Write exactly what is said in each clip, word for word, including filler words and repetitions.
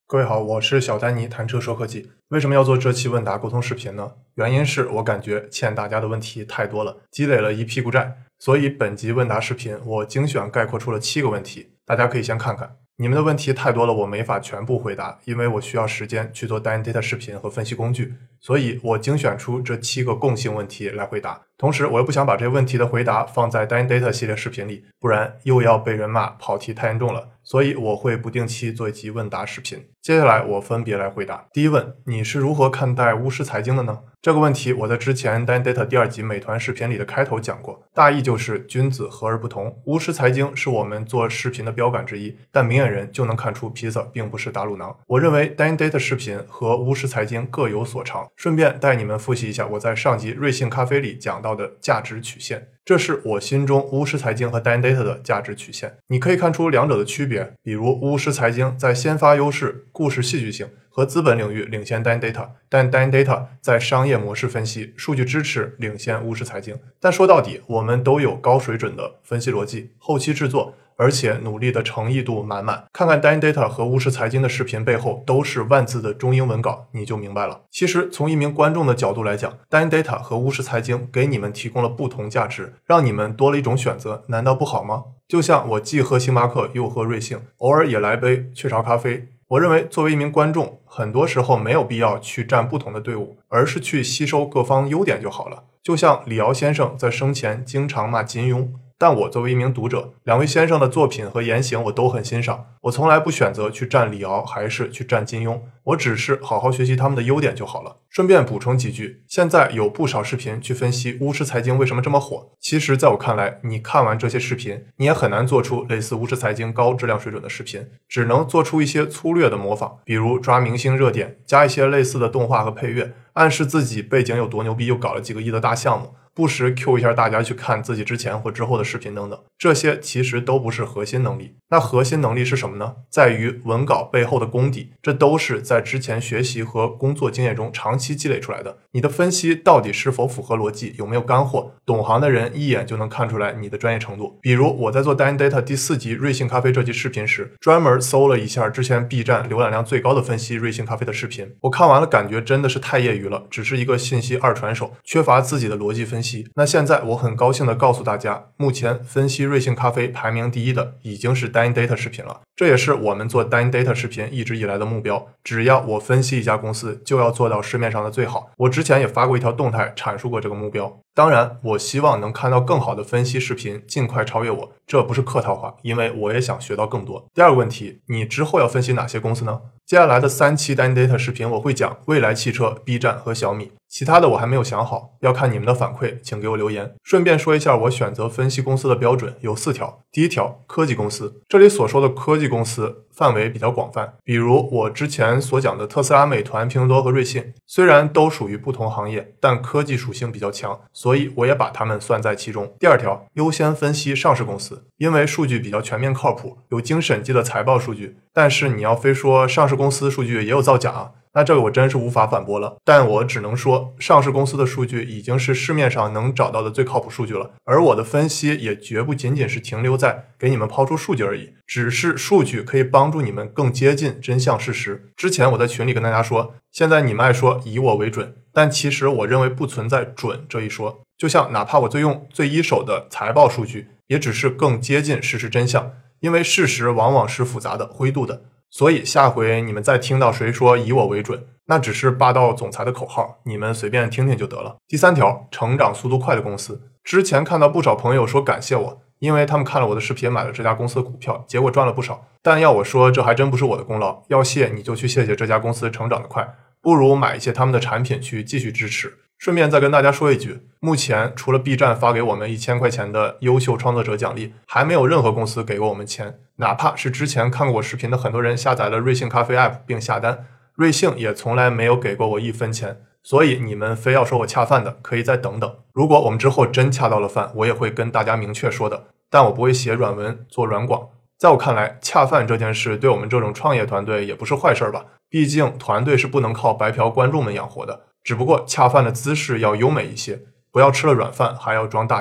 各位好，我是小丹尼，谈车说科技。为什么要做这期问答沟通视频呢？原因是我感觉欠大家的问题太多了，积累了一屁股债，所以本集问答视频我精选概括出了七个问题，大家可以先看看。你们的问题太多了，我没法全部回答，因为我需要时间去做 Dyne Data 视频和分析工具，所以我精选出这七个共性问题来回答。同时我又不想把这些问题的回答放在 Dyne Data 系列视频里，不然又要被人骂跑题太严重了，所以我会不定期做一集问答视频。接下来我分别来回答。第一问，你是如何看待巫师财经的呢？这个问题我在之前 Dyne Data 第二集美团视频里的开头讲过，大意就是君子和而不同。巫师财经是我们做视频的标杆之一，但明眼人就能看出披萨并不是打卤囊。我认为 Dyne Data 视频和巫师财经各有所长，顺便带你们复习一下我在上集瑞幸咖啡里讲到的价值曲线。这是我心中巫师财经和 Dyne Data 的价值曲线，你可以看出两者的区别，比如巫师财经在先发优势、故事戏剧性和资本领域领先 Dyne Data， 但 Dyne Data 在商业模式分析、数据支持领先巫师财经。但说到底，我们都有高水准的分析逻辑、后期制作，而且努力的诚意度满满。看看 Dyne Data 和巫师财经的视频背后都是万字的中英文稿，你就明白了。其实从一名观众的角度来讲， Dyne Data 和巫师财经给你们提供了不同价值，让你们多了一种选择，难道不好吗？就像我既喝星巴克又喝瑞幸，偶尔也来杯雀巢咖啡。我认为作为一名观众，很多时候没有必要去站不同的队伍，而是去吸收各方优点就好了。就像李敖先生在生前经常骂金庸，但我作为一名读者，两位先生的作品和言行我都很欣赏，我从来不选择去站李敖还是去站金庸，我只是好好学习他们的优点就好了。顺便补充几句，现在有不少视频去分析巫师财经为什么这么火，其实在我看来，你看完这些视频，你也很难做出类似巫师财经高质量水准的视频，只能做出一些粗略的模仿，比如抓明星热点，加一些类似的动画和配乐，暗示自己背景有多牛逼，又搞了几个亿的大项目，不时 Q 一下大家去看自己之前或之后的视频等等，这些其实都不是核心能力。那核心能力是什么呢？在于文稿背后的功底，这都是在之前学习和工作经验中长期积累出来的。你的分析到底是否符合逻辑，有没有干货，懂行的人一眼就能看出来你的专业程度。比如我在做 Dyne Data 第四集瑞幸咖啡这集视频时，专门搜了一下之前 B 站浏览量最高的分析瑞幸咖啡的视频，我看完了感觉真的是太业余了，只是一个信息二传手，缺乏自己的逻辑分析。那现在我很高兴地告诉大家，目前分析瑞幸咖啡排名第一的已经是 Dyne Data 视频了，这也是我们做 Dyne Data 视频一直以来的目标。只要我分析一家公司，就要做到市面上的最好。我之前也发过一条动态阐述过这个目标。当然，我希望能看到更好的分析视频，尽快超越我，这不是客套话，因为我也想学到更多。第二个问题，你之后要分析哪些公司呢？接下来的三期 Dyne Data 视频我会讲蔚来汽车、B 站和小米，其他的我还没有想好，要看你们的反馈，请给我留言。顺便说一下我选择分析公司的标准有四条。第一条，科技公司。这里所说的科技公司范围比较广泛，比如我之前所讲的特斯拉、美团、拼多多和瑞幸，虽然都属于不同行业，但科技属性比较强，所以我也把它们算在其中。第二条，优先分析上市公司，因为数据比较全面靠谱，有经审计的财报数据。但是你要非说上市公司数据也有造假啊，那这个我真是无法反驳了。但我只能说，上市公司的数据已经是市面上能找到的最靠谱数据了，而我的分析也绝不仅仅是停留在给你们抛出数据而已，只是数据可以帮助你们更接近真相事实。之前我在群里跟大家说，现在你们爱说以我为准，但其实我认为不存在准这一说，就像哪怕我最用最一手的财报数据，也只是更接近事实真相，因为事实往往是复杂的、灰度的。所以下回你们再听到谁说以我为准，那只是霸道总裁的口号，你们随便听听就得了。第三条，成长速度快的公司。之前看到不少朋友说感谢我，因为他们看了我的视频买了这家公司的股票，结果赚了不少。但要我说，这还真不是我的功劳，要谢你就去谢谢这家公司成长的快，不如买一些他们的产品去继续支持。顺便再跟大家说一句，目前除了 B 站发给我们一千块钱的优秀创作者奖励，还没有任何公司给过我们钱。哪怕是之前看过我视频的很多人下载了瑞幸咖啡 app 并下单，瑞幸也从来没有给过我一分钱。所以你们非要说我恰饭的，可以再等等。如果我们之后真恰到了饭，我也会跟大家明确说的，但我不会写软文做软广。在我看来，恰饭这件事对我们这种创业团队也不是坏事吧，毕竟团队是不能靠白嫖观众们养活的。只不过恰饭的姿势要优美一些，不要吃了软饭还要装大爷。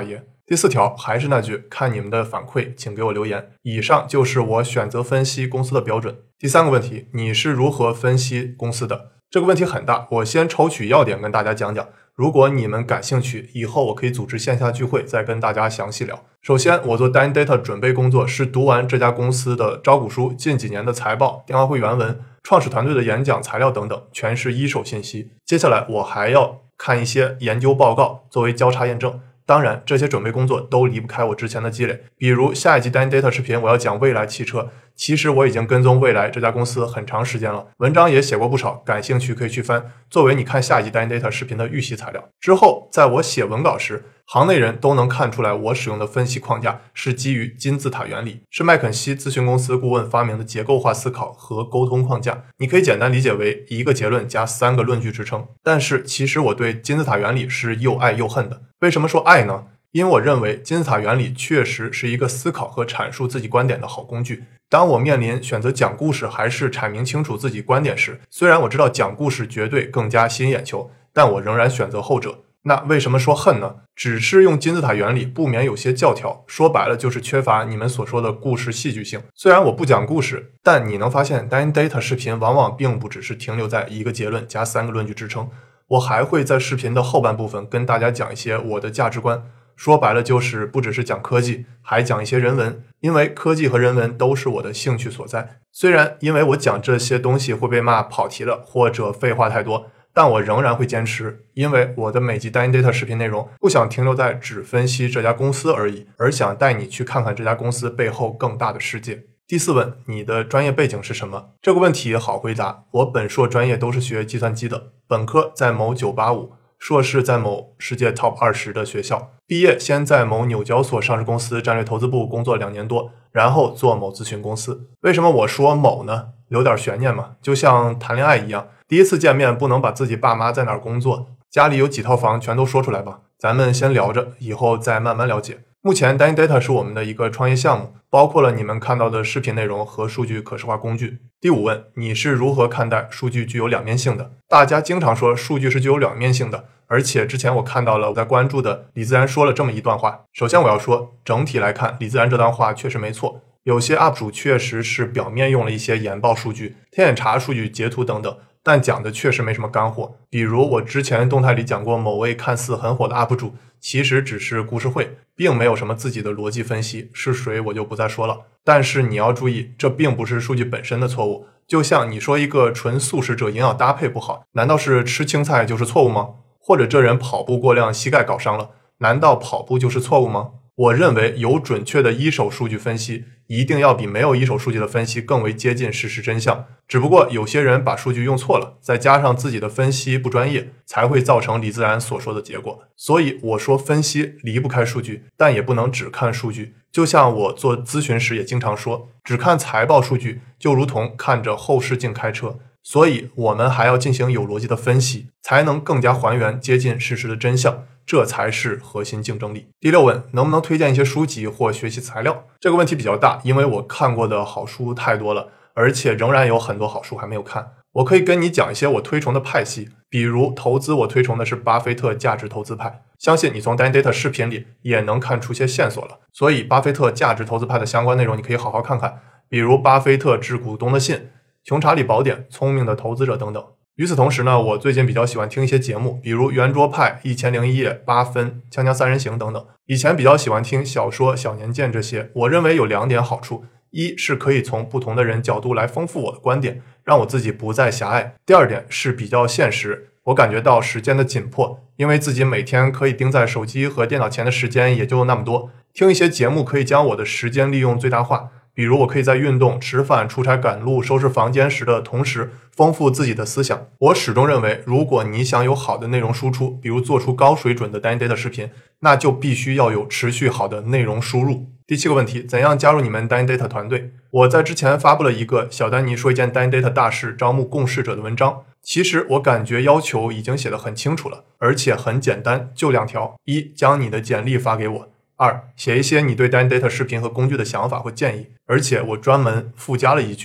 第四条还是那句，看你们的反馈，请给我留言。以上就是我选择分析公司的标准。第三个问题，你是如何分析公司的？这个问题很大，我先抽取要点跟大家讲讲。如果你们感兴趣，以后我可以组织线下聚会，再跟大家详细聊。首先，我做 DynData 准备工作是读完这家公司的招股书、近几年的财报、电话会原文、创始团队的演讲材料等等，全是一手信息。接下来，我还要看一些研究报告作为交叉验证。当然，这些准备工作都离不开我之前的积累。比如下一集 DynData 视频，我要讲蔚来汽车。其实我已经跟踪蔚来这家公司很长时间了，文章也写过不少，感兴趣可以去翻，作为你看下一集 DynData 视频的预习材料。之后，在我写文稿时，行内人都能看出来我使用的分析框架是基于金字塔原理，是麦肯锡咨询公司顾问发明的结构化思考和沟通框架。你可以简单理解为一个结论加三个论据支撑。但是其实我对金字塔原理是又爱又恨的。为什么说爱呢？因为我认为金字塔原理确实是一个思考和阐述自己观点的好工具。当我面临选择讲故事还是阐明清楚自己观点时，虽然我知道讲故事绝对更加吸引眼球，但我仍然选择后者。那为什么说恨呢？只是用金字塔原理不免有些教条，说白了就是缺乏你们所说的故事戏剧性。虽然我不讲故事，但你能发现 DynData 视频往往并不只是停留在一个结论加三个论据支撑，我还会在视频的后半部分跟大家讲一些我的价值观。说白了就是不只是讲科技，还讲一些人文，因为科技和人文都是我的兴趣所在。虽然因为我讲这些东西会被骂跑题了或者废话太多，但我仍然会坚持，因为我的每集 DynData 视频内容不想停留在只分析这家公司而已，而想带你去看看这家公司背后更大的世界。第四问，你的专业背景是什么？这个问题好回答，我本硕专业都是学计算机的，本科在某九八五，硕士在某世界 top 二十的学校，毕业先在某纽交所上市公司战略投资部工作两年多，然后做某咨询公司。为什么我说某呢？留点悬念嘛，就像谈恋爱一样，第一次见面不能把自己爸妈在哪儿工作，家里有几套房全都说出来吧，咱们先聊着，以后再慢慢了解。目前 DynData 是我们的一个创业项目，包括了你们看到的视频内容和数据可视化工具。第五问，你是如何看待数据具有两面性的？大家经常说数据是具有两面性的，而且之前我看到了我在关注的李自然说了这么一段话。首先我要说，整体来看李自然这段话确实没错，有些 U P 主确实是表面用了一些研报数据、天眼查数据截图等等，但讲的确实没什么干货。比如我之前动态里讲过，某位看似很火的 U P 主其实只是故事会，并没有什么自己的逻辑分析，是谁我就不再说了。但是你要注意，这并不是数据本身的错误。就像你说一个纯素食者营养搭配不好，难道是吃青菜就是错误吗？或者这人跑步过量膝盖搞伤了，难道跑步就是错误吗？我认为有准确的一手数据分析，一定要比没有一手数据的分析更为接近事实真相。只不过有些人把数据用错了，再加上自己的分析不专业，才会造成李自然所说的结果。所以我说分析离不开数据，但也不能只看数据。就像我做咨询时也经常说，只看财报数据就如同看着后视镜开车。所以我们还要进行有逻辑的分析，才能更加还原接近事实的真相，这才是核心竞争力。第六问，能不能推荐一些书籍或学习材料？这个问题比较大，因为我看过的好书太多了，而且仍然有很多好书还没有看。我可以跟你讲一些我推崇的派系，比如投资我推崇的是巴菲特价值投资派，相信你从 DynData 视频里也能看出些线索了。所以巴菲特价值投资派的相关内容你可以好好看看，比如巴菲特致股东的信、穷查理宝典、聪明的投资者等等。与此同时呢，我最近比较喜欢听一些节目，比如圆桌派、一千零一夜、八分、锵锵三人行等等。以前比较喜欢听小说、小年鉴这些，我认为有两点好处：一是可以从不同的人角度来丰富我的观点，让我自己不再狭隘；第二点是比较现实，我感觉到时间的紧迫，因为自己每天可以盯在手机和电脑前的时间也就那么多，听一些节目可以将我的时间利用最大化。比如我可以在运动、吃饭、出差赶路、收拾房间时的同时丰富自己的思想。我始终认为，如果你想有好的内容输出，比如做出高水准的 DynData 视频，那就必须要有持续好的内容输入。第七个问题，怎样加入你们 DynData 团队？我在之前发布了一个小丹尼说一件 DynData 大事招募共事者的文章，其实我感觉要求已经写得很清楚了，而且很简单，就两条：一，将你的简历发给我；二，写一些你对 DynData 视频和工具的想法或建议。而且我专门附加了一句，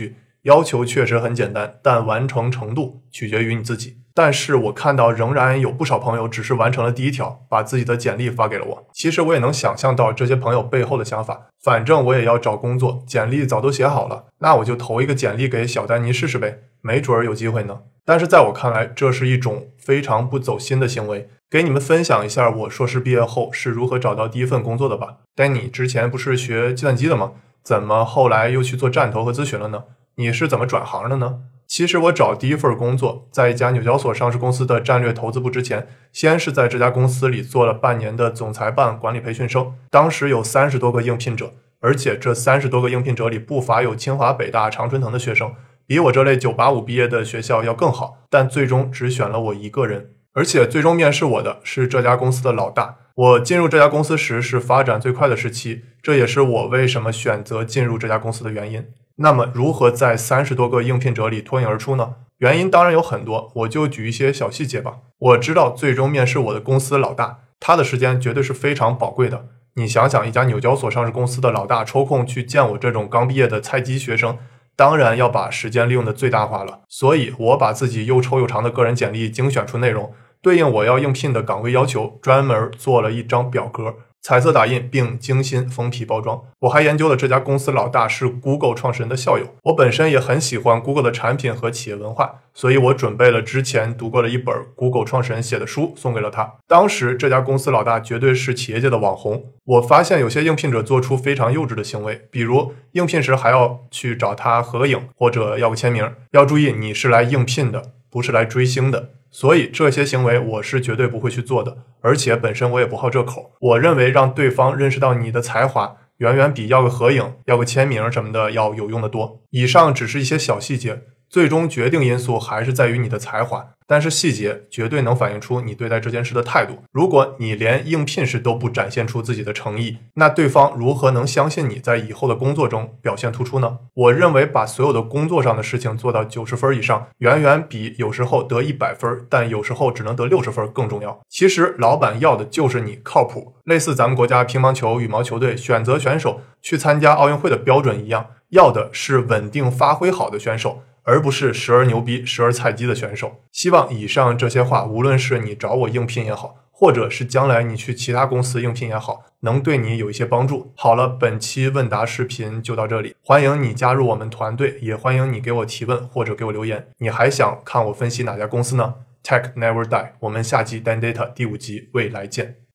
要求确实很简单，但完成程度取决于你自己。但是我看到仍然有不少朋友只是完成了第一条，把自己的简历发给了我。其实我也能想象到这些朋友背后的想法，反正我也要找工作，简历早都写好了，那我就投一个简历给小丹尼试试呗，没准儿有机会呢。但是在我看来，这是一种非常不走心的行为。给你们分享一下我硕士毕业后是如何找到第一份工作的吧。丹尼之前不是学计算机的吗？怎么后来又去做站投和咨询了呢？你是怎么转行的呢？其实我找第一份工作，在一家纽交所上市公司的战略投资部之前，先是在这家公司里做了半年的总裁办管理培训生。当时有三十多个应聘者，而且这三十多个应聘者里不乏有清华、北大、常春藤的学生，比我这类九八五毕业的学校要更好，但最终只选了我一个人。而且最终面试我的是这家公司的老大。我进入这家公司时是发展最快的时期，这也是我为什么选择进入这家公司的原因。那么如何在三十多个应聘者里脱颖而出呢？原因当然有很多，我就举一些小细节吧。我知道最终面试我的公司老大，他的时间绝对是非常宝贵的。你想想，一家纽交所上市公司的老大抽空去见我这种刚毕业的菜鸡学生，当然要把时间利用的最大化了。所以我把自己又臭又长的个人简历精选出内容，对应我要应聘的岗位要求，专门做了一张表格，彩色打印并精心封皮包装。我还研究了这家公司老大是 Google 创始人的校友，我本身也很喜欢 Google 的产品和企业文化，所以我准备了之前读过的一本 Google 创始人写的书送给了他。当时这家公司老大绝对是企业界的网红。我发现有些应聘者做出非常幼稚的行为，比如应聘时还要去找他合个影或者要个签名。要注意，你是来应聘的，不是来追星的。所以这些行为我是绝对不会去做的，而且本身我也不好这口。我认为让对方认识到你的才华，远远比要个合影、要个签名什么的要有用的多。以上只是一些小细节，最终决定因素还是在于你的才华，但是细节绝对能反映出你对待这件事的态度。如果你连应聘时都不展现出自己的诚意，那对方如何能相信你在以后的工作中表现突出呢？我认为把所有的工作上的事情做到九十分以上，远远比有时候得一百分，但有时候只能得六十分更重要。其实老板要的就是你靠谱，类似咱们国家乒乓球、羽毛球队选择选手去参加奥运会的标准一样，要的是稳定发挥好的选手，而不是时而牛逼时而菜鸡的选手。希望以上这些话，无论是你找我应聘也好，或者是将来你去其他公司应聘也好，能对你有一些帮助。好了，本期问答视频就到这里，欢迎你加入我们团队，也欢迎你给我提问或者给我留言。你还想看我分析哪家公司呢？ Tech Never Die， 我们下期 Dan Data 第五集未来见。